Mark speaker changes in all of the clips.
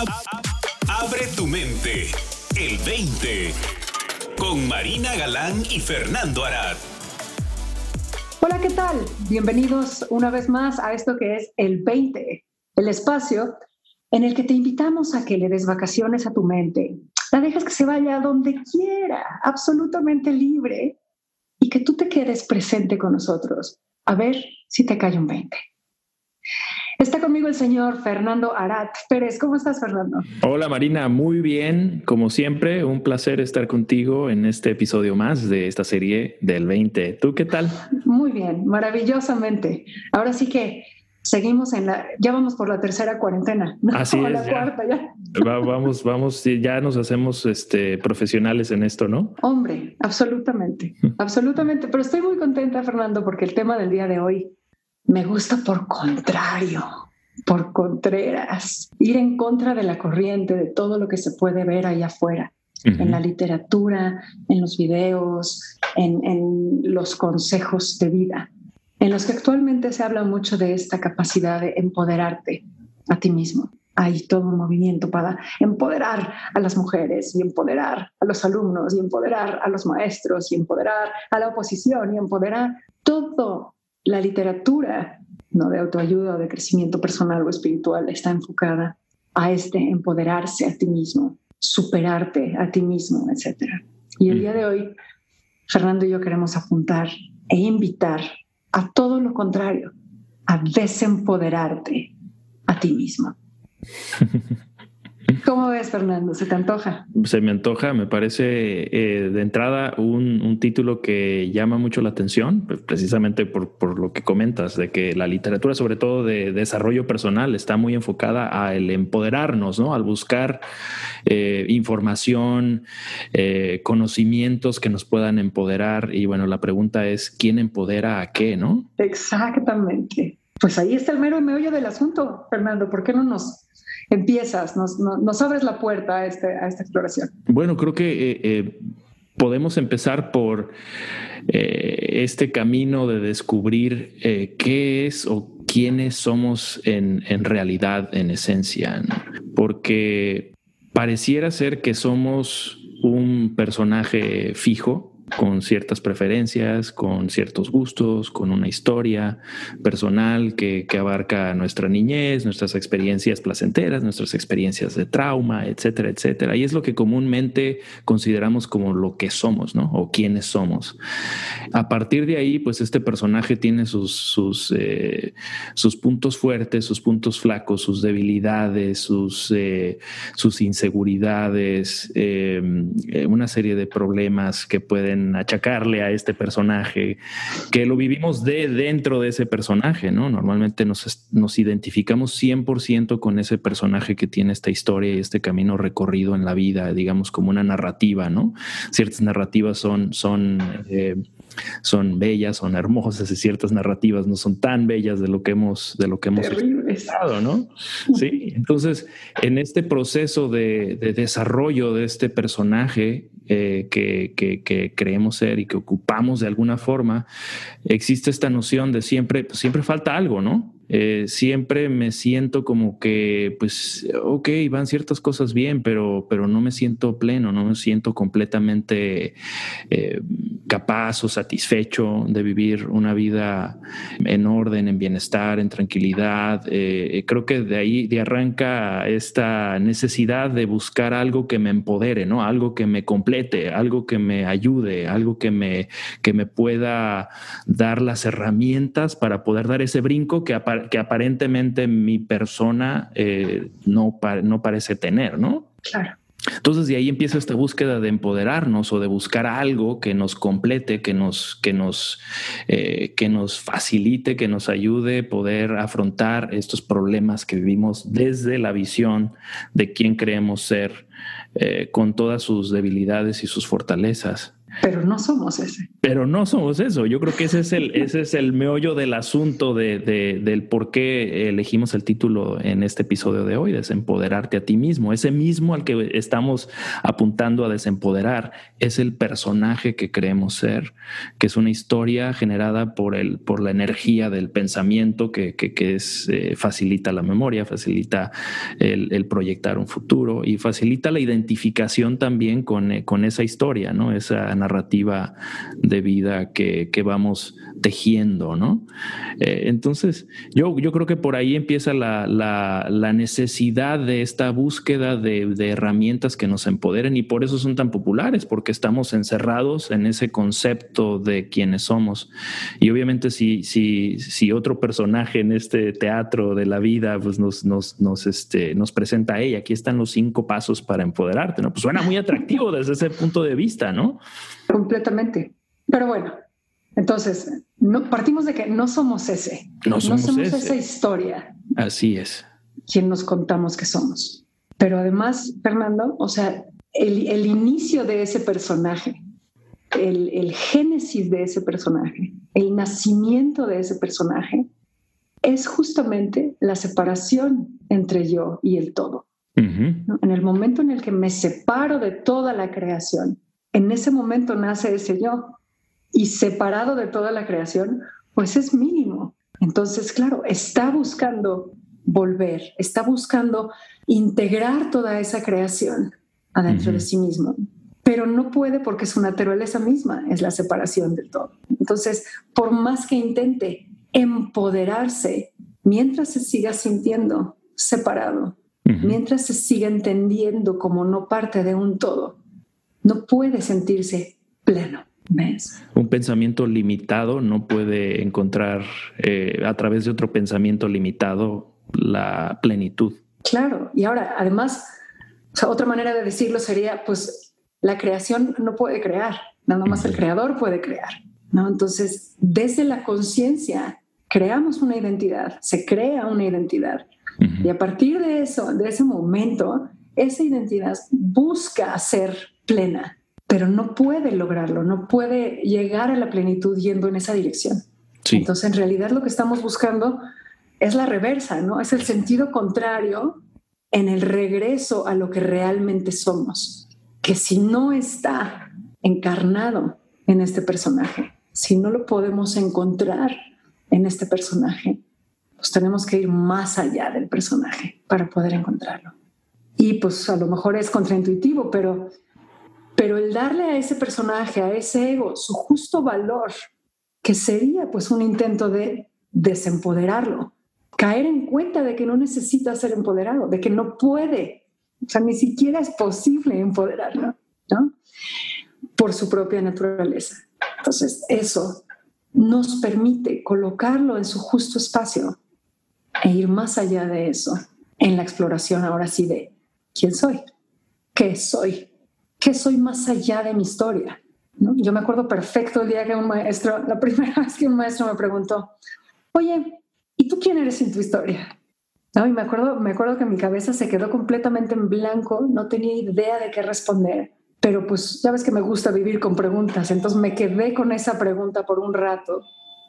Speaker 1: Abre tu mente. El 20. Con Marina Galán y Fernando Arad.
Speaker 2: Hola, ¿qué tal? Bienvenidos una vez más a esto que es el 20, el espacio en el que te invitamos a que le des vacaciones a tu mente. La dejas que se vaya a donde quiera, absolutamente libre, y que tú te quedes presente con nosotros. A ver si te cae un 20. Está conmigo el señor Fernando Arad Pérez. ¿Cómo estás, Fernando?
Speaker 3: Hola, Marina, muy bien. Como siempre, un placer estar contigo en este episodio más de esta serie del 20. ¿Tú qué tal?
Speaker 2: Muy bien, maravillosamente. Ahora sí que seguimos ya vamos por la tercera cuarentena, ¿no?
Speaker 3: Así es,
Speaker 2: la cuarta ya.
Speaker 3: Vamos, ya nos hacemos profesionales en esto, ¿no?
Speaker 2: Hombre, absolutamente, absolutamente. Pero estoy muy contenta, Fernando, porque el tema del día de hoy me gusta por contrario, por contreras, ir en contra de la corriente, de todo lo que se puede ver allá afuera, en la literatura, en los videos, en los consejos de vida, en los que actualmente se habla mucho de esta capacidad de empoderarte a ti mismo. Hay todo un movimiento para empoderar a las mujeres y empoderar a los alumnos y empoderar a los maestros y empoderar a la oposición y empoderar todo. La literatura, no de autoayuda o de crecimiento personal o espiritual, está enfocada a empoderarse a ti mismo, superarte a ti mismo, etc. Y el día de hoy, Fernando y yo queremos apuntar e invitar a todo lo contrario, a desempoderarte a ti mismo. ¿Cómo ves, Fernando? ¿Se te antoja?
Speaker 3: Se me antoja, me parece de entrada un título que llama mucho la atención, precisamente por lo que comentas, de que la literatura, sobre todo de desarrollo personal, está muy enfocada al empoderarnos, ¿no? Al buscar información, conocimientos que nos puedan empoderar. Y bueno, la pregunta es, ¿quién empodera a qué, no?
Speaker 2: Exactamente. Pues ahí está el mero meollo del asunto, Fernando. ¿Por qué no nos empiezas, nos abres la puerta a esta exploración?
Speaker 3: Bueno, creo que podemos empezar por este camino de descubrir qué es o quiénes somos en realidad, en esencia, ¿no? Porque pareciera ser que somos un personaje fijo, con ciertas preferencias, con ciertos gustos, con una historia personal que abarca nuestra niñez, nuestras experiencias placenteras, nuestras experiencias de trauma, etcétera, etcétera. Y es lo que comúnmente consideramos como lo que somos, ¿no? O quiénes somos. A partir de ahí, pues este personaje tiene sus puntos fuertes, sus puntos flacos, sus debilidades, sus inseguridades, una serie de problemas que pueden achacarle a este personaje, que lo vivimos dentro de ese personaje, ¿no? Normalmente nos identificamos 100% con ese personaje que tiene esta historia y este camino recorrido en la vida, digamos, como una narrativa, ¿no? Ciertas narrativas son bellas, son hermosas, y ciertas narrativas no son tan bellas de lo que hemos experimentado, ¿no? Sí. Entonces, en este proceso de desarrollo de este personaje que creemos ser y que ocupamos de alguna forma, existe esta noción de siempre falta algo, ¿no? Siempre me siento como que, pues, ok, van ciertas cosas bien, pero no me siento pleno, no me siento completamente capaz o satisfecho de vivir una vida en orden, en bienestar, en tranquilidad. Creo que de ahí arranca esta necesidad de buscar algo que me empodere, ¿no? Algo que me complete, algo que me ayude, algo que me pueda dar las herramientas para poder dar ese brinco que aparentemente mi persona no parece tener, ¿no?
Speaker 2: Claro.
Speaker 3: Entonces de ahí empieza esta búsqueda de empoderarnos o de buscar algo que nos complete, que nos facilite, que nos ayude a poder afrontar estos problemas que vivimos desde la visión de quién creemos ser, con todas sus debilidades y sus fortalezas.
Speaker 2: Pero no somos ese.
Speaker 3: Pero no somos eso. Yo creo que ese es el meollo del asunto del por qué elegimos el título en este episodio de hoy, Desempoderarte a ti mismo. Ese mismo al que estamos apuntando a desempoderar es el personaje que creemos ser, que es una historia generada por la energía del pensamiento que facilita la memoria, facilita el proyectar un futuro y facilita la identificación también con esa historia, ¿no? Esa narrativa de vida que vamos tejiendo, ¿no? Entonces, yo creo que por ahí empieza la necesidad de esta búsqueda de herramientas que nos empoderen, y por eso son tan populares, porque estamos encerrados en ese concepto de quiénes somos. Y obviamente si otro personaje en este teatro de la vida pues nos presenta, hey, aquí están los 5 pasos para empoderarte, ¿no? Pues suena muy atractivo desde ese punto de vista, ¿no?
Speaker 2: Completamente. Pero bueno, entonces, partimos de que no somos ese. No somos esa historia.
Speaker 3: Así es.
Speaker 2: Quien nos contamos que somos. Pero además, Fernando, o sea, el inicio de ese personaje, el génesis de ese personaje, el nacimiento de ese personaje, es justamente la separación entre yo y el todo. ¿No? En el momento en el que me separo de toda la creación, en ese momento nace ese yo, y separado de toda la creación, pues es mínimo. Entonces, claro, está buscando volver, está buscando integrar toda esa creación adentro de sí mismo, pero no puede porque su naturaleza misma es la separación del todo. Entonces, por más que intente empoderarse, mientras se siga sintiendo separado, mientras se siga entendiendo como no parte de un todo, no puede sentirse pleno. ¿Ves?
Speaker 3: Un pensamiento limitado no puede encontrar a través de otro pensamiento limitado la plenitud.
Speaker 2: Claro, y ahora además, o sea, otra manera de decirlo sería, pues la creación no puede crear, nada más el creador puede crear, ¿no? Entonces, desde la conciencia creamos una identidad, se crea una identidad, y a partir de eso, de ese momento, esa identidad busca ser plena, pero no puede lograrlo, no puede llegar a la plenitud yendo en esa dirección. Sí. Entonces, en realidad lo que estamos buscando es la reversa, ¿no? Es el sentido contrario en el regreso a lo que realmente somos, que si no está encarnado en este personaje, si no lo podemos encontrar en este personaje, pues tenemos que ir más allá del personaje para poder encontrarlo. Y pues a lo mejor es contraintuitivo, pero el darle a ese personaje, a ese ego, su justo valor, que sería pues un intento de desempoderarlo, caer en cuenta de que no necesita ser empoderado, de que no puede, o sea, ni siquiera es posible empoderarlo, ¿no? Por su propia naturaleza. Entonces, eso nos permite colocarlo en su justo espacio e ir más allá de eso, en la exploración ahora sí de quién soy, qué soy más allá de mi historia, ¿no? Yo me acuerdo perfecto el día que la primera vez que un maestro me preguntó, oye, ¿y tú quién eres en tu historia? ¿No? Y me acuerdo que mi cabeza se quedó completamente en blanco, no tenía idea de qué responder, pero pues ya ves que me gusta vivir con preguntas, entonces me quedé con esa pregunta por un rato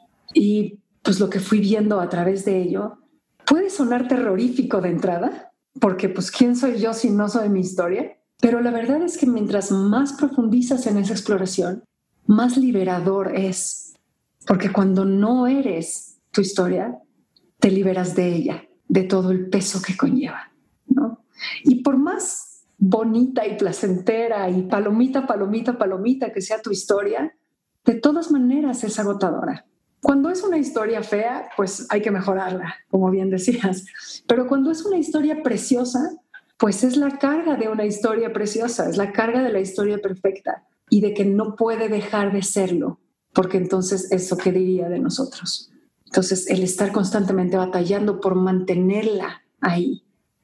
Speaker 2: y pues lo que fui viendo a través de ello puede sonar terrorífico de entrada, porque pues ¿quién soy yo si no soy mi historia? Pero la verdad es que mientras más profundizas en esa exploración, más liberador es, porque cuando no eres tu historia, te liberas de ella, de todo el peso que conlleva, ¿no? Y por más bonita y placentera y palomita que sea tu historia, de todas maneras es agotadora. Cuando es una historia fea, pues hay que mejorarla, como bien decías. Pero cuando es una historia preciosa, pues es la carga de una historia preciosa, es la carga de la historia perfecta y de que no puede dejar de serlo, porque entonces eso qué diría de nosotros. Entonces el estar constantemente batallando por mantenerla ahí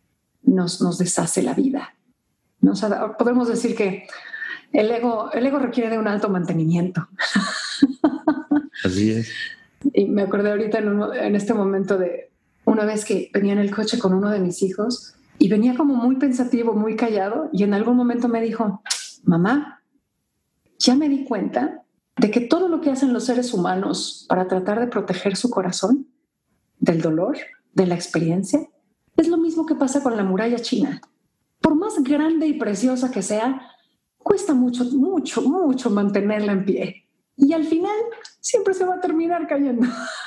Speaker 2: nos deshace la vida, ¿no? O sea, podemos decir que el ego requiere de un alto mantenimiento.
Speaker 3: Así es.
Speaker 2: Y me acordé ahorita en este momento de una vez que venía en el coche con uno de mis hijos y venía como muy pensativo, muy callado, y en algún momento me dijo, mamá, ya me di cuenta de que todo lo que hacen los seres humanos para tratar de proteger su corazón del dolor, de la experiencia, es lo mismo que pasa con la muralla china. Por más grande y preciosa que sea, cuesta mucho, mucho, mucho mantenerla en pie. Y al final siempre se va a terminar cayendo.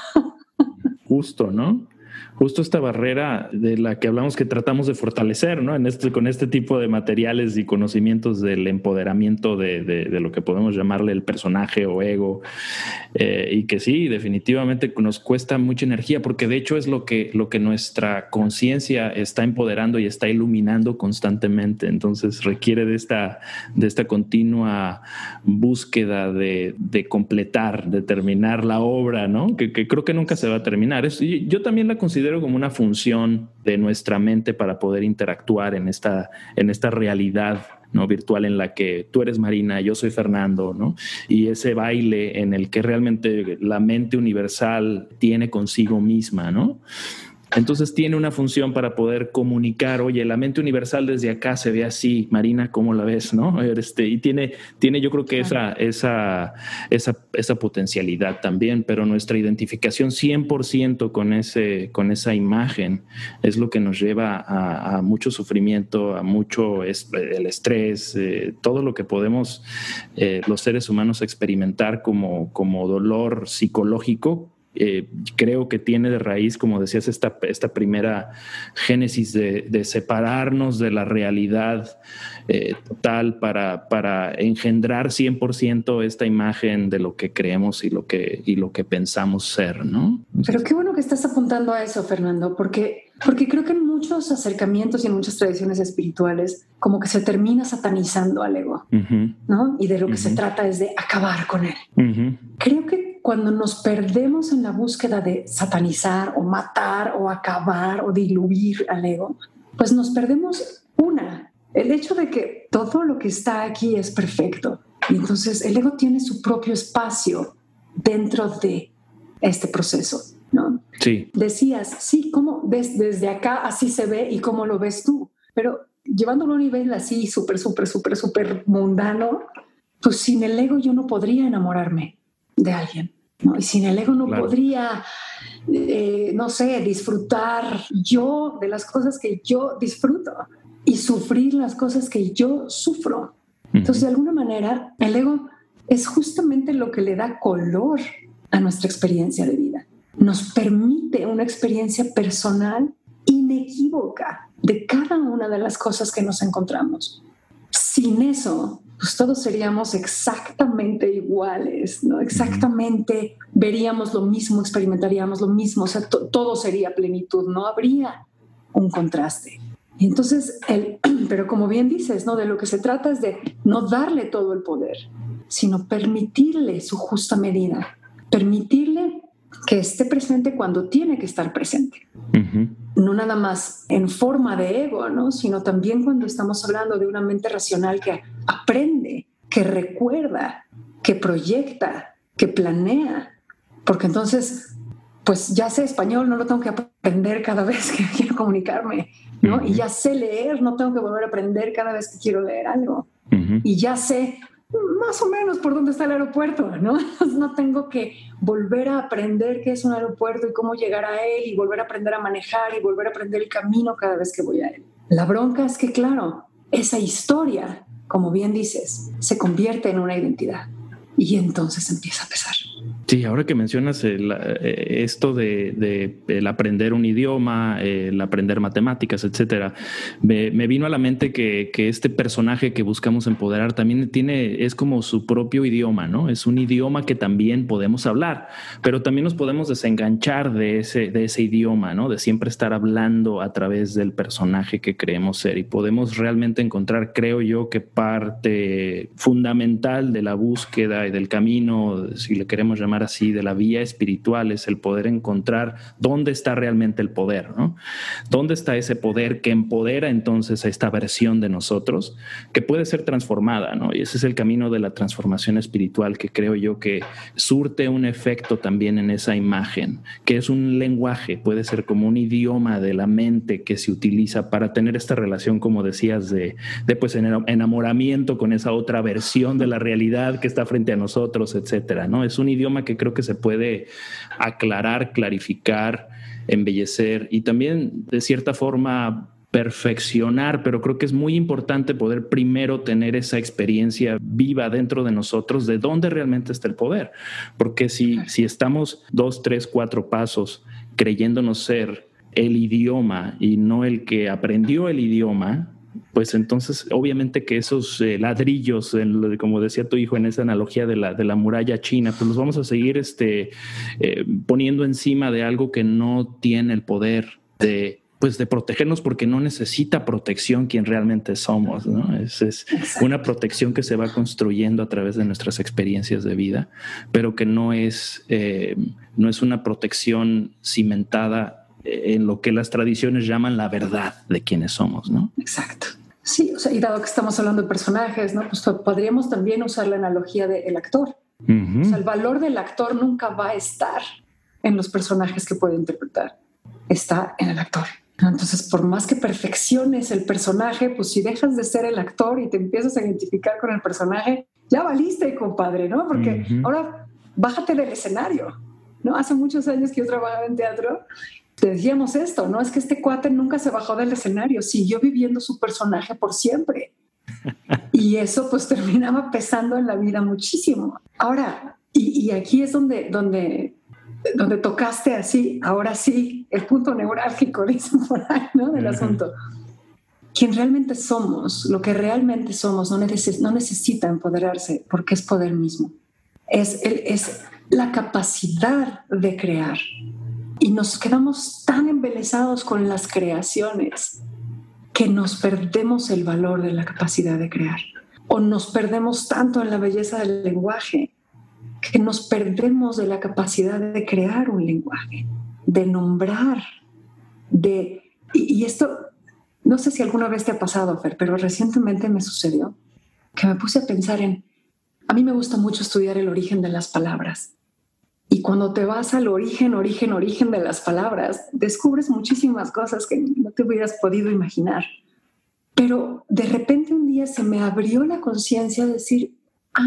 Speaker 3: Justo, ¿no? Justo esta barrera de la que hablamos que tratamos de fortalecer, ¿no? Con este tipo de materiales y conocimientos del empoderamiento de lo que podemos llamarle el personaje o ego, y que sí, definitivamente nos cuesta mucha energía, porque de hecho es lo que nuestra conciencia está empoderando y está iluminando constantemente. Entonces requiere de esta continua búsqueda de completar, de terminar la obra, ¿no? Que creo que nunca se va a terminar. Yo también la considero como una función de nuestra mente para poder interactuar en esta realidad, ¿no?, virtual, en la que tú eres Marina, yo soy Fernando, ¿no? Y ese baile en el que realmente la mente universal tiene consigo misma, ¿no? Entonces tiene una función para poder comunicar, oye, la mente universal desde acá se ve así, Marina, ¿cómo la ves? ¿No? Y tiene yo creo que esa potencialidad también, pero nuestra identificación 100% con esa imagen es lo que nos lleva a mucho sufrimiento, a mucho el estrés, todo lo que podemos los seres humanos experimentar como dolor psicológico. Creo que tiene de raíz, como decías, esta primera génesis de separarnos de la realidad total para engendrar 100% esta imagen de lo que creemos y lo que pensamos ser, ¿no?
Speaker 2: Pero qué bueno que estás apuntando a eso, Fernando, porque creo que en muchos acercamientos y en muchas tradiciones espirituales como que se termina satanizando al ego, ¿no? Y de lo que se trata es de acabar con él. Creo que cuando nos perdemos en la búsqueda de satanizar o matar o acabar o diluir al ego, pues nos perdemos el hecho de que todo lo que está aquí es perfecto. Y entonces el ego tiene su propio espacio dentro de este proceso, ¿no?
Speaker 3: Sí.
Speaker 2: Decías, sí, ¿cómo desde acá así se ve y cómo lo ves tú? Pero llevándolo a un nivel así súper mundano, pues sin el ego yo no podría enamorarme de alguien, ¿no? Y sin el ego no podría, no sé, disfrutar yo de las cosas que yo disfruto y sufrir las cosas que yo sufro. Entonces, de alguna manera, el ego es justamente lo que le da color a nuestra experiencia de vida. Nos permite una experiencia personal inequívoca de cada una de las cosas que nos encontramos. Sin eso, pues todos seríamos exactamente iguales, ¿no? Exactamente veríamos lo mismo, experimentaríamos lo mismo, o sea, todo sería plenitud, no habría un contraste. Y entonces, pero como bien dices, ¿no? De lo que se trata es de no darle todo el poder, sino permitirle su justa medida, permitirle que esté presente cuando tiene que estar presente. No nada más en forma de ego, ¿no? Sino también cuando estamos hablando de una mente racional que aprende, que recuerda, que proyecta, que planea. Porque entonces, pues ya sé español, no lo tengo que aprender cada vez que quiero comunicarme, ¿no? Y ya sé leer, no tengo que volver a aprender cada vez que quiero leer algo. Y ya sé más o menos por dónde está el aeropuerto, ¿no? No tengo que volver a aprender qué es un aeropuerto y cómo llegar a él y volver a aprender a manejar y volver a aprender el camino cada vez que voy a él. La bronca es que, claro, esa historia, como bien dices, se convierte en una identidad y entonces empieza a pesar.
Speaker 3: Sí, ahora que mencionas esto de el aprender un idioma, el aprender matemáticas, etcétera, me vino a la mente que este personaje que buscamos empoderar también es como su propio idioma, ¿no? Es un idioma que también podemos hablar, pero también nos podemos desenganchar de ese idioma, ¿no? De siempre estar hablando a través del personaje que creemos ser, y podemos realmente encontrar, creo yo, que parte fundamental de la búsqueda y del camino, si le queremos llamar llamar así, de la vía espiritual, es el poder encontrar dónde está realmente el poder, ¿no? ¿Dónde está ese poder que empodera entonces a esta versión de nosotros que puede ser transformada, ¿no? Y ese es el camino de la transformación espiritual, que creo yo que surte un efecto también en esa imagen, que es un lenguaje, puede ser como un idioma de la mente que se utiliza para tener esta relación, como decías, de pues enamoramiento con esa otra versión de la realidad que está frente a nosotros, etcétera, ¿no? Es un idioma que creo que se puede aclarar, clarificar, embellecer y también de cierta forma perfeccionar, pero creo que es muy importante poder primero tener esa experiencia viva dentro de nosotros de dónde realmente está el poder, porque si estamos 2, 3, 4 pasos creyéndonos ser el idioma y no el que aprendió el idioma, pues entonces obviamente que esos ladrillos, como decía tu hijo en esa analogía de la muralla china, pues los vamos a seguir poniendo encima de algo que no tiene el poder de protegernos, porque no necesita protección quien realmente somos, ¿no? Es una protección que se va construyendo a través de nuestras experiencias de vida, pero que no es una protección cimentada en lo que las tradiciones llaman la verdad de quienes somos, ¿no?
Speaker 2: Exacto. Sí, o sea, y dado que estamos hablando de personajes, ¿no? Pues podríamos también usar la analogía del actor. Uh-huh. O sea, el valor del actor nunca va a estar en los personajes que puede interpretar. Está en el actor. Entonces, por más que perfecciones el personaje, pues si dejas de ser el actor y te empiezas a identificar con el personaje, ya valiste, compadre, ¿no? Porque ahora bájate del escenario, ¿no? Hace muchos años que yo trabajaba en teatro, te decíamos esto, ¿no? Es que este cuate nunca se bajó del escenario, siguió viviendo su personaje por siempre. Y eso pues terminaba pesando en la vida muchísimo. Ahora, y aquí es donde tocaste así, ahora sí, el punto neurálgico, dicen por ahí, ¿no? Del asunto. Quien realmente somos, lo que realmente somos, no necesita empoderarse, porque es poder mismo. Es la capacidad de crear. Y nos quedamos tan embelesados con las creaciones que nos perdemos el valor de la capacidad de crear. O nos perdemos tanto en la belleza del lenguaje que nos perdemos de la capacidad de crear un lenguaje, de nombrar, y esto, no sé si alguna vez te ha pasado, Fer, pero recientemente me sucedió que me puse a pensar a mí me gusta mucho estudiar el origen de las palabras. Y cuando te vas al origen de las palabras, descubres muchísimas cosas que no te hubieras podido imaginar. Pero de repente un día se me abrió la conciencia de decir,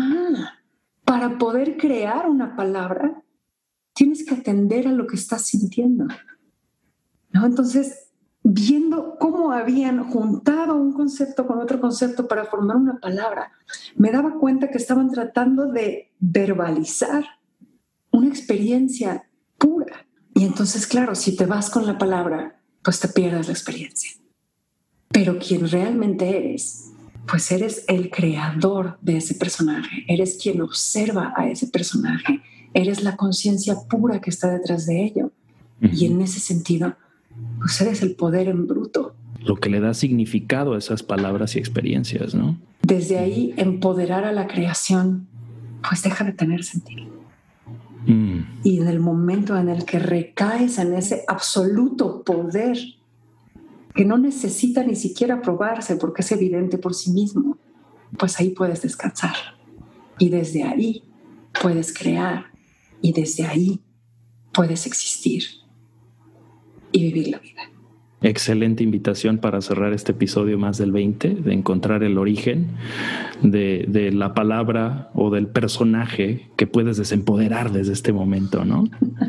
Speaker 2: para poder crear una palabra, tienes que atender a lo que estás sintiendo, ¿no? Entonces, viendo cómo habían juntado un concepto con otro concepto para formar una palabra, me daba cuenta que estaban tratando de verbalizar una experiencia pura. Y entonces, claro, si te vas con la palabra, pues te pierdes la experiencia. Pero quien realmente eres, pues eres el creador de ese personaje, eres quien observa a ese personaje, eres la conciencia pura que está detrás de ello. Uh-huh. Y en ese sentido, pues eres el poder en bruto.
Speaker 3: Lo que le da significado a esas palabras y experiencias, ¿no?
Speaker 2: Desde ahí, empoderar a la creación, pues deja de tener sentido. Y en el momento en el que recaes en ese absoluto poder que no necesita ni siquiera probarse porque es evidente por sí mismo, pues ahí puedes descansar. Y desde ahí puedes crear. Y desde ahí puedes existir y vivir la vida.
Speaker 3: Excelente invitación para cerrar este episodio más del 20, de encontrar el origen de la palabra o del personaje que puedes desempoderar desde este momento, ¿no?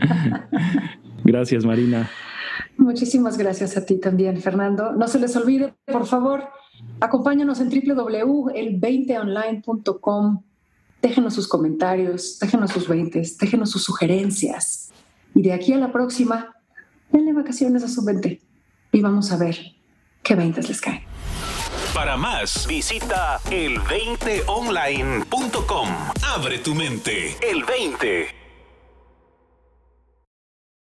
Speaker 3: Gracias, Marina.
Speaker 2: Muchísimas gracias a ti también, Fernando. No se les olvide, por favor, acompáñanos en www.el20online.com. Déjenos sus comentarios, déjenos sus 20s, déjenos sus sugerencias. Y de aquí a la próxima, denle vacaciones a su 20 y vamos a ver qué 20s les caen.
Speaker 1: Para más, visita el20online.com. Abre tu mente. El 20.